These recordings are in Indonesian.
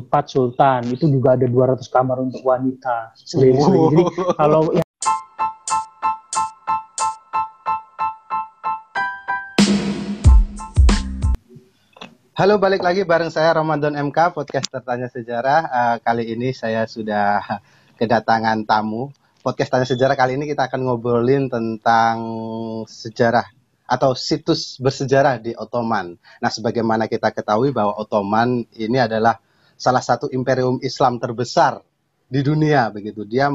4 sultan, itu juga ada 200 kamar untuk wanita. Jadi kalau Halo, balik lagi bareng saya Ramadan MK, podcast Tanya Sejarah. Kali ini saya sudah kedatangan tamu. Podcast Tanya Sejarah kali ini kita akan ngobrolin tentang sejarah atau situs bersejarah di Ottoman. Nah, sebagaimana kita ketahui bahwa Ottoman ini adalah salah satu imperium Islam terbesar di dunia, begitu. Dia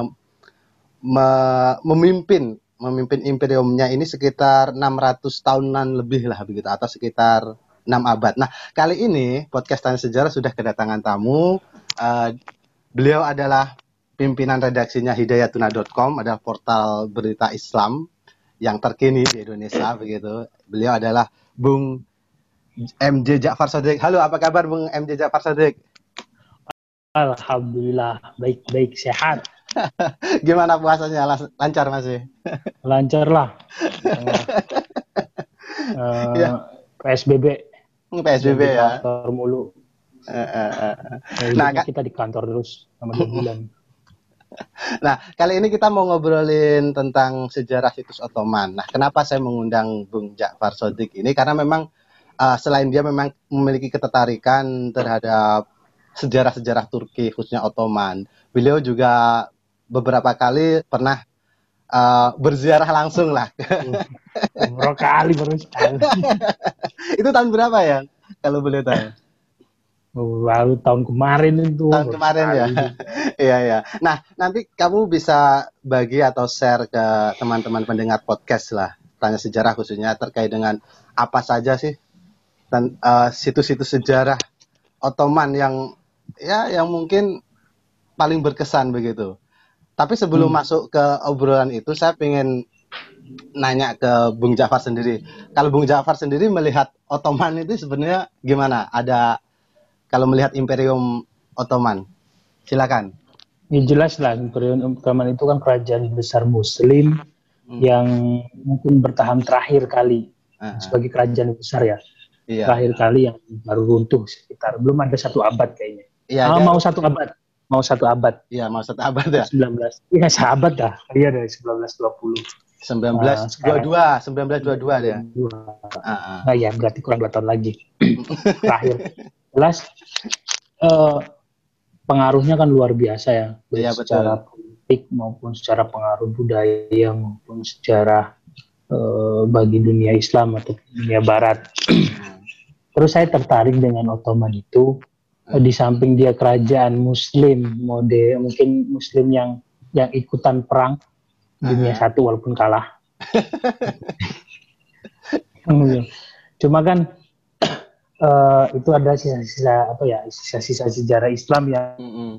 memimpin imperiumnya ini sekitar 600 tahunan lebih lah, begitu, atau sekitar 6 abad. Nah, kali ini podcast Tanya Sejarah sudah kedatangan tamu. Beliau adalah pimpinan redaksinya hidayatuna.com, adalah portal berita Islam yang terkini di Indonesia, begitu. Beliau adalah Bung MJ Ja'far Shadiq. Halo, apa kabar Bung MJ Ja'far Shadiq? Alhamdulillah, baik-baik, sehat. Gimana puasanya? Lancar masih? Lancar lah. Ya. PSBB ya. Kantor mulu. Nah, kita di kantor terus sama 2 bulan. Nah, kali ini kita mau ngobrolin tentang sejarah situs Ottoman. Nah, kenapa saya mengundang Bung Ja'far Shadiq ini? Karena memang selain dia memang memiliki ketertarikan terhadap sejarah-sejarah Turki, khususnya Ottoman, beliau juga beberapa kali pernah berziarah langsung lah. Berapa kali baru sekali. Itu tahun berapa ya? Kalau boleh tahu. Lalu tahun kemarin itu. Tahun kemarin ya. Iya ya. Nah, nanti kamu bisa bagi atau share ke teman-teman pendengar podcast lah, Tanya Sejarah khususnya, terkait dengan apa saja sih dan situs-situs sejarah Ottoman yang mungkin paling berkesan begitu. Tapi sebelum masuk ke obrolan itu, saya pengen nanya ke Bung Ja'far sendiri. Kalau Bung Ja'far sendiri melihat Ottoman itu sebenarnya gimana? Kalau melihat Imperium Ottoman, silakan. Ya jelas lah, Imperium Ottoman itu kan kerajaan besar Muslim yang mungkin bertahan terakhir kali sebagai kerajaan besar ya. Iya. Terakhir kali yang baru runtuh sekitar belum ada 1 abad kayaknya. Iya. Mau 1 abad. Iya, mau 1 abad ya. 19. Iya, seabad dah. Iya dari 1920. 1922 dia. Nah ya, berarti kurang 2 tahun lagi. Terakhir. Jelas pengaruhnya kan luar biasa ya. Baik secara politik maupun secara pengaruh budaya maupun secara bagi dunia Islam atau dunia Barat. Terus saya tertarik dengan Ottoman itu di samping dia kerajaan Muslim, mungkin Muslim yang ikutan perang dunia 1 walaupun kalah. Cuma kan itu ada sisa-sisa sejarah Islam yang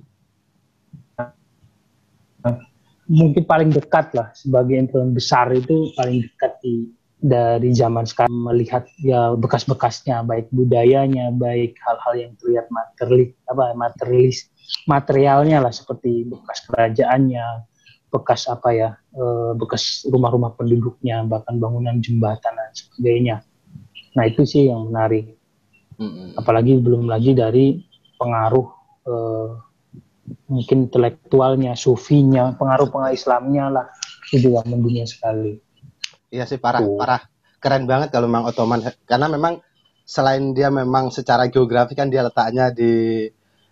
mungkin paling dekat lah sebagai imperium besar, itu paling dekat dari zaman sekarang, melihat ya bekas-bekasnya, baik budayanya, baik hal-hal yang terlihat materialnya lah, seperti bekas kerajaannya, bekas bekas rumah-rumah penduduknya, bahkan bangunan jembatan dan sebagainya. Nah itu sih yang menarik. Apalagi belum lagi dari pengaruh mungkin intelektualnya, sufinya, pengaruh Islamnya lah, itu juga mendunia sekali. Iya sih, parah. Keren banget kalau memang Ottoman, karena memang selain dia memang secara geografi kan dia letaknya di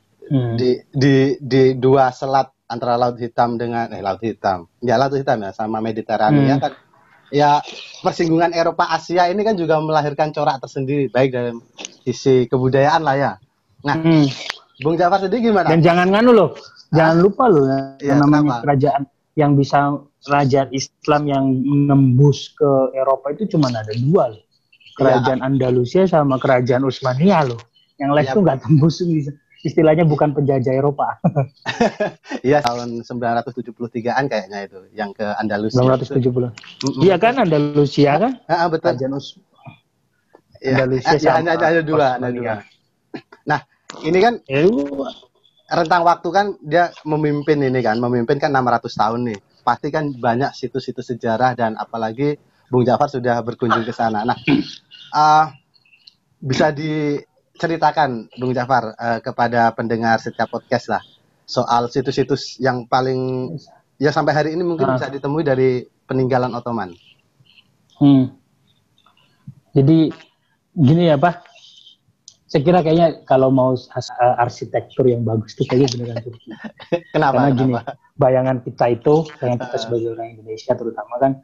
2 selat antara Laut Hitam ya sama Mediterania kan. Ya, persinggungan Eropa Asia ini kan juga melahirkan corak tersendiri baik dalam sisi kebudayaan lah ya. Nah, Bung Ja'far sendiri gimana? Dan jangan jangan lupa loh yang namanya kerajaan yang bisa, kerajaan Islam yang menembus ke Eropa itu cuma ada 2 loh. Kerajaan Andalusia sama kerajaan Utsmaniyah loh. Yang lain tuh nggak tembus, istilahnya bukan penjajah Eropa. Iya, tahun 973-an kayaknya itu yang ke Andalusia. 970. Iya kan, Andalusia kan? Betul. Kerajaan Andalusia sama ada 2. Nah, ini kan rentang waktu kan dia memimpin kan 600 tahun nih. Pasti kan banyak situs-situs sejarah, dan apalagi Bung Ja'far sudah berkunjung ke sana. Nah, bisa ceritakan Bung Jafar kepada pendengar setiap podcast lah soal situs-situs yang paling ya sampai hari ini mungkin bisa ditemui dari peninggalan Ottoman. Jadi gini ya Pak, saya kira kayaknya kalau mau arsitektur yang bagus itu kayaknya beneran Turki. Karena gini, bayangan kita sebagai orang Indonesia terutama kan,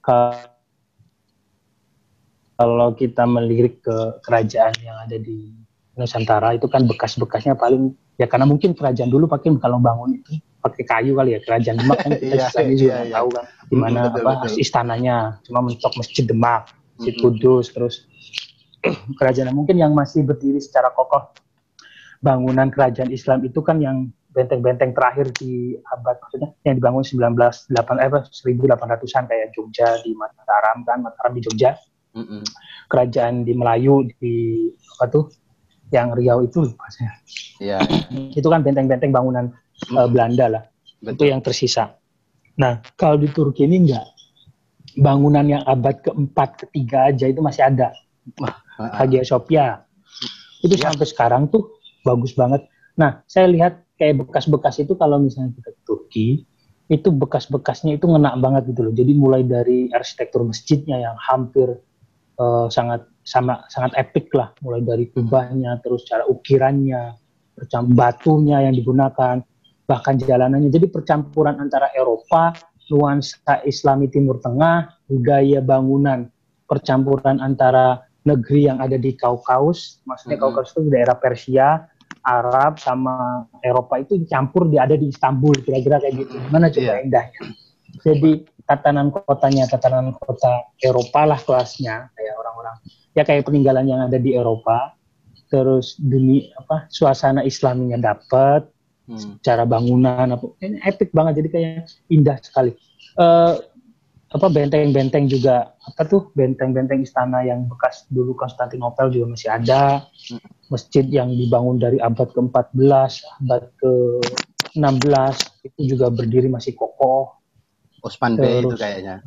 kalau kita melirik ke kerajaan yang ada di Nusantara itu kan bekas-bekasnya paling ya, karena mungkin kerajaan dulu kalau bangun itu pakai kayu kali ya, kerajaan Demak kan kita juga tahu kan di mana istananya, cuma mentok Masjid Demak, Masjid Kudus, terus kerajaan mungkin yang masih berdiri secara kokoh bangunan kerajaan Islam itu kan yang benteng-benteng terakhir di abad, maksudnya yang dibangun 1800-an kayak Jogja di Mataram di Jogja, kerajaan di Melayu di yang Riau itu lupa saya. Itu kan benteng-benteng bangunan Belanda lah. Betul. Itu yang tersisa. Nah, kalau di Turki ini enggak. Bangunan yang abad keempat, ketiga aja itu masih ada. Hagia Sophia. Itu sampai sekarang tuh bagus banget. Nah, saya lihat kayak bekas-bekas itu kalau misalnya kita ke Turki, itu bekas-bekasnya itu ngena banget gitu loh. Jadi mulai dari arsitektur masjidnya yang hampir sangat epik lah, mulai dari kubahnya, terus cara ukirannya, batunya yang digunakan, bahkan jalanannya. Jadi percampuran antara Eropa, nuansa Islami Timur Tengah, budaya bangunan, percampuran antara negeri yang ada di Kaukaus, maksudnya Kaukaus itu daerah Persia, Arab sama Eropa itu campur ada di Istanbul, kira-kira kayak gitu. Gimana coba indahnya. Jadi tatanan kota Eropa lah kelasnya, kayak orang-orang ya kayak peninggalan yang ada di Eropa. Terus suasana Islaminya dapat, cara bangunan ini epic banget, jadi kayak indah sekali. Benteng-benteng juga benteng-benteng istana yang bekas dulu Konstantinopel juga masih ada. Masjid yang dibangun dari abad ke-14, abad ke-16 itu juga berdiri masih kokoh. Osman Bey itu kayaknya.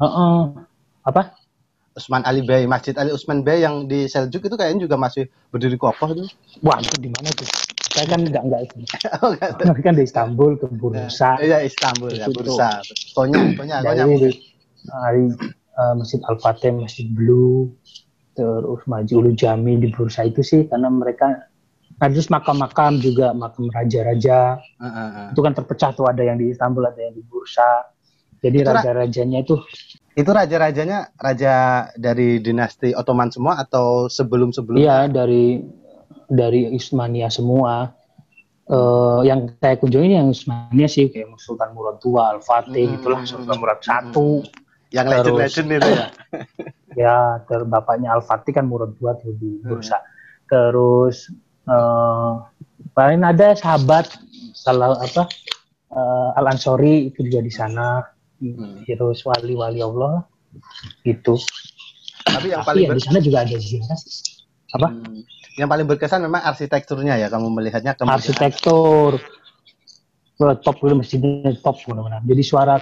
Usman Ali Bey, Masjid Ali Usman Bey yang di Seljuk itu kayaknya juga masih berdiri kokoh itu. Wah, itu di mana tuh? Saya kan enggak itu. Kan di Istanbul, ke Bursa. Iya, Istanbul ya, Bursa. Konya. Dari Masjid Al-Fatih, Masjid Blue, terus Masjid Jami di Bursa itu sih, karena mereka terus makam-makam juga, makam raja-raja. Itu kan terpecah tuh, ada yang di Istanbul, ada yang di Bursa. Jadi raja-rajanya itu raja-rajanya raja dari dinasti Ottoman semua atau sebelum-sebelumnya? Iya, dari Utsmaniyah semua. Yang saya kunjungi yang Utsmaniyah sih, kayak Sultan Murad II, Al-Fatih itulah, Sultan Murad I. Yang legend-legend itu ya. Ya, bapaknya Al-Fatih kan Murad II tuh di Bursa. Terus paling ada sahabat Al-Ansori itu juga di sana. Terus wali-wali Allah gitu. Tapi yang paling di sana juga ada ziarah sih. Yang paling berkesan memang arsitekturnya ya, kamu melihatnya kemudian. Arsitektur top, masjidnya top benar-benar. Jadi suara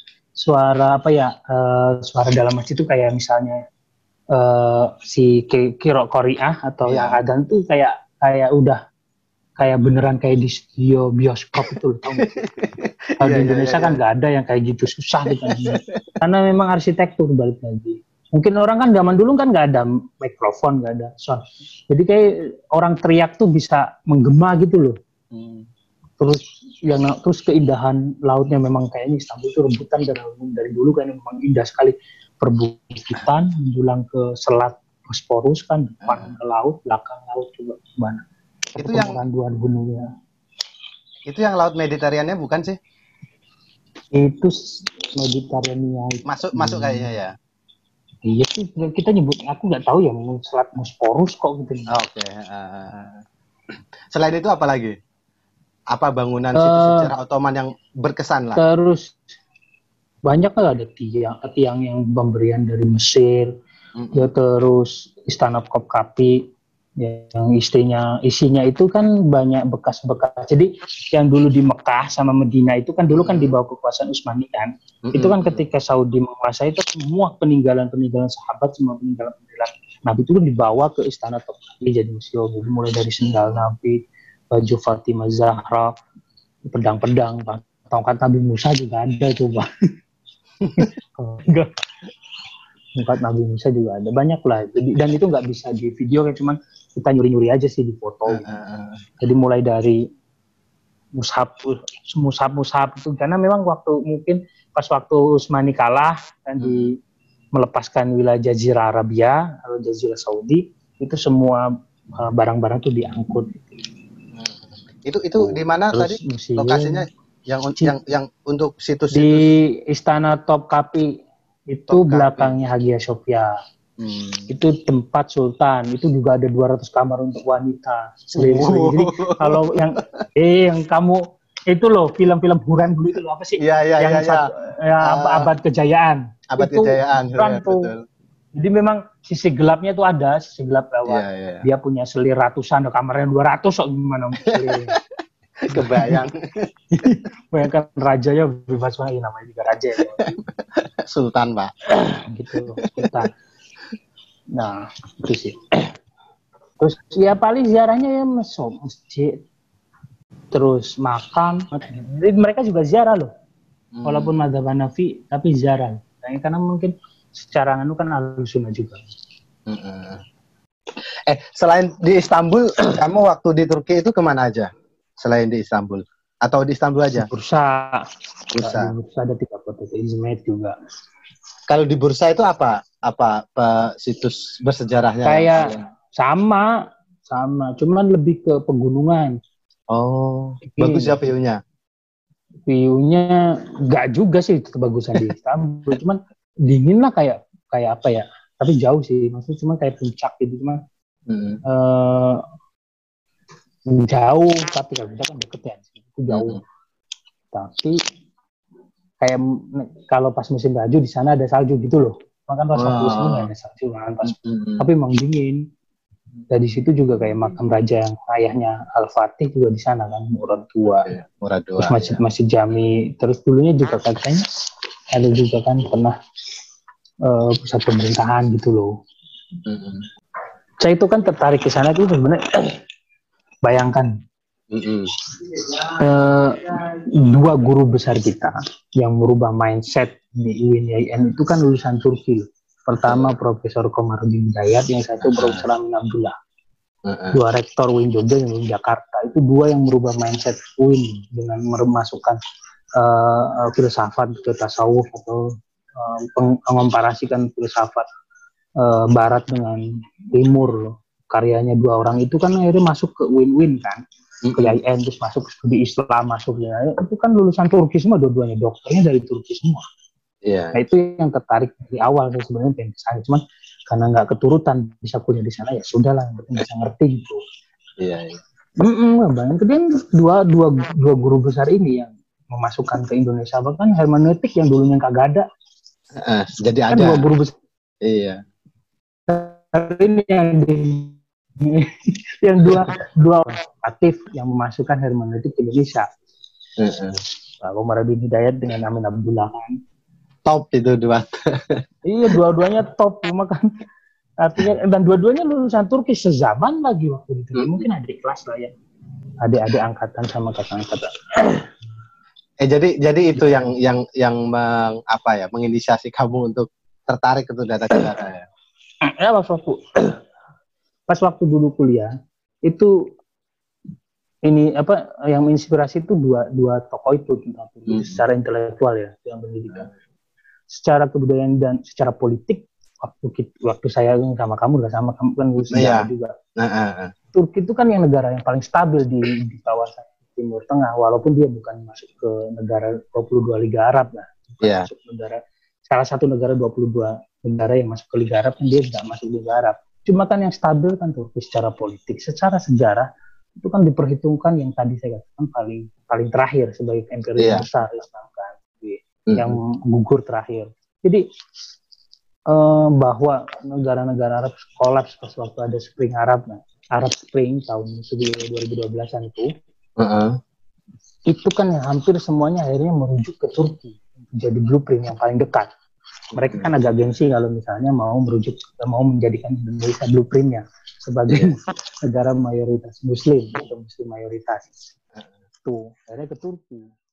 dalam masjid itu kayak misalnya si Qiraah atau yang adzan tuh kayak udah kayak beneran kayak di studio bioskop itu, tahu nggak? Kalau di Indonesia kan nggak ada yang kayak gitu, susah gitu. Karena memang arsitektur, balik lagi. Mungkin orang kan zaman dulu kan nggak ada mikrofon, nggak ada sound. Jadi kayak orang teriak tuh bisa menggema gitu loh. Terus keindahan lautnya memang kayaknya Istanbul itu rebutan dari dulu kan memang indah sekali. Perbukitan menjulang ke selat Bosporus kan, depan ke laut, belakang laut juga gimana. Itu yang dua gunungnya. Itu yang laut Mediterania bukan sih? Itu Mediterania. Masuk kayaknya ya. Iya sih, kita nyebut, aku nggak tahu ya, selat Bosporus kok gitu. Oke. Selain itu apa lagi? Apa bangunan situs sejarah Ottoman yang berkesan lah? Terus banyak lah, ada tiang yang pemberian dari Mesir, ya, terus Istana Topkapi. Yang isinya itu kan banyak bekas-bekas. Jadi yang dulu di Mekah sama Medina itu kan dulu kan di bawah kekuasaan Utsmani kan. Itu kan ketika Saudi menguasai itu semua peninggalan sahabat, semua peninggalan Nabi itu kan dibawa ke istana Topkapi jadi museum. Jadi mulai dari sendal Nabi, baju Fatimah Zahra, pedang-pedang, tongkat Nabi Musa juga ada coba. Enggak. Tongkat Nabi Musa juga ada, banyak lah. Dan itu nggak bisa di video kan, cuman kita nyuri-nyuri aja sih di foto. Jadi mulai dari mushaf itu, karena memang mungkin pas waktu Utsmani kalah dan melepaskan wilayah Jazirah Arabia atau Jazirah Saudi, itu semua barang-barang itu diangkut. Itu di mana tadi lokasinya yang untuk situs di Istana Topkapi itu belakangnya Hagia Sophia. Itu tempat Sultan, itu juga ada 200 kamar untuk wanita. Jadi kalau yang kamu itu loh film-film Huran dulu itu loh, apa sih? Abad Kejayaan. Abad Kejayaan. Betul. Jadi memang sisi gelapnya itu ada, sisi gelap lewat. Dia punya selir ratusan, kamarnya 200 gimana selirnya. Kebayang. Bayangkan rajanya bebas banget, namanya juga raja ya. Sultan, Pak. Gitu, Sultan. Nah, itu sih. Terus ya paling ziarahnya ya masjid, terus makan. Jadi mereka juga ziarah loh, walaupun madzhab Hanafi tapi ziarah. Karena mungkin secara kan Ahlussunnah juga. Selain di Istanbul, kamu waktu di Turki itu kemana aja? Selain di Istanbul atau di Istanbul aja? Bursa ada 3 kota, Izmit juga. Kalau di Bursa itu apa situs bersejarahnya? Kayak sama, cuman lebih ke pegunungan. Bagus ya view-nya? View-nya enggak juga sih kebagusan di Istanbul, cuman dingin lah, kayak apa ya? Tapi jauh sih, maksudnya cuman kayak puncak gitu, cuman jauh, tapi kalau puncak kan deket ya, itu jauh. Tapi kayak kalau pas musim salju di sana ada salju gitu loh. Makan pas waktu di sini nggak ada salju kan, tapi emang dingin. Dari situ juga kayak makam raja yang ayahnya Al-Fatih juga di sana kan, Murad II. Terus masjid Jami. Terus dulunya juga katanya ada juga kan pernah pusat pemerintahan gitu loh. Saya itu kan tertarik ke sana tuh sebenarnya. Bayangkan. 2 guru besar kita yang merubah mindset di UIN itu kan lulusan Turki. Pertama Profesor Komarudin Hidayat, yang satu Profesor Amin Abdullah. 2 rektor UIN Jogja yang di Jakarta. Itu 2 yang merubah mindset UIN dengan memasukkan filsafat ke tasawuf atau mengkomparasikan filsafat Barat dengan Timur. Karyanya 2 orang itu kan akhirnya masuk ke UIN kan. Ke IAIN, terus masuk studi Islam, itu kan lulusan Turki semua, dua-duanya dokternya dari Turki semua. Nah itu yang tertarik dari awal saya sebenarnya pengen kesana, cuman karena nggak keturutan bisa kuliah di sana, ya sudahlah, yang penting bisa ngerti gitu. Kemudian dua guru besar ini yang memasukkan ke Indonesia, bahkan hermeneutik yang dulunya kagak ada, jadi kan ada. 2 guru besar. Ini yang dua aktif yang memasukkan hermeneutik ke Indonesia. Pak Komarudin Hidayat dengan Amin Abdullah kan. Top itu 2. Iya, dua-duanya top, makan. Artinya, dan dua-duanya lulusan Turki sezaman lagi waktu itu. Mungkin adik kelas lah ya. Adik-adik angkatan sama kakak angkatan. Jadi itu yang menginisiasi kamu untuk tertarik untuk data sejarah ya. Ya pas waktu dulu kuliah itu ini yang menginspirasi itu dua tokoh itu secara intelektual ya, yang pendidikan, secara kebudayaan dan secara politik. Waktu saya sama kamu kan sejarah juga. Turki itu kan yang negara yang paling stabil di kawasan Timur Tengah, walaupun dia bukan masuk ke negara 22 Liga Arab lah. Masuk salah satu negara 22 negara yang masuk ke Liga Arab, dia tidak masuk Liga Arab. Cuma kan yang stabil kan Turki secara politik. Secara sejarah itu kan diperhitungkan yang tadi saya katakan paling terakhir sebagai imperium besar Islam kan, yang gugur terakhir. Jadi bahwa negara-negara Arab kolaps pas waktu ada Spring Arab, Arab Spring tahun 2012-an itu kan hampir semuanya akhirnya merujuk ke Turki, jadi blueprint yang paling dekat. Mereka kan agak gengsi kalau misalnya mau menjadikan Indonesia blueprintnya sebagai negara mayoritas Muslim atau Muslim mayoritas. Tuh, akhirnya ke Turki.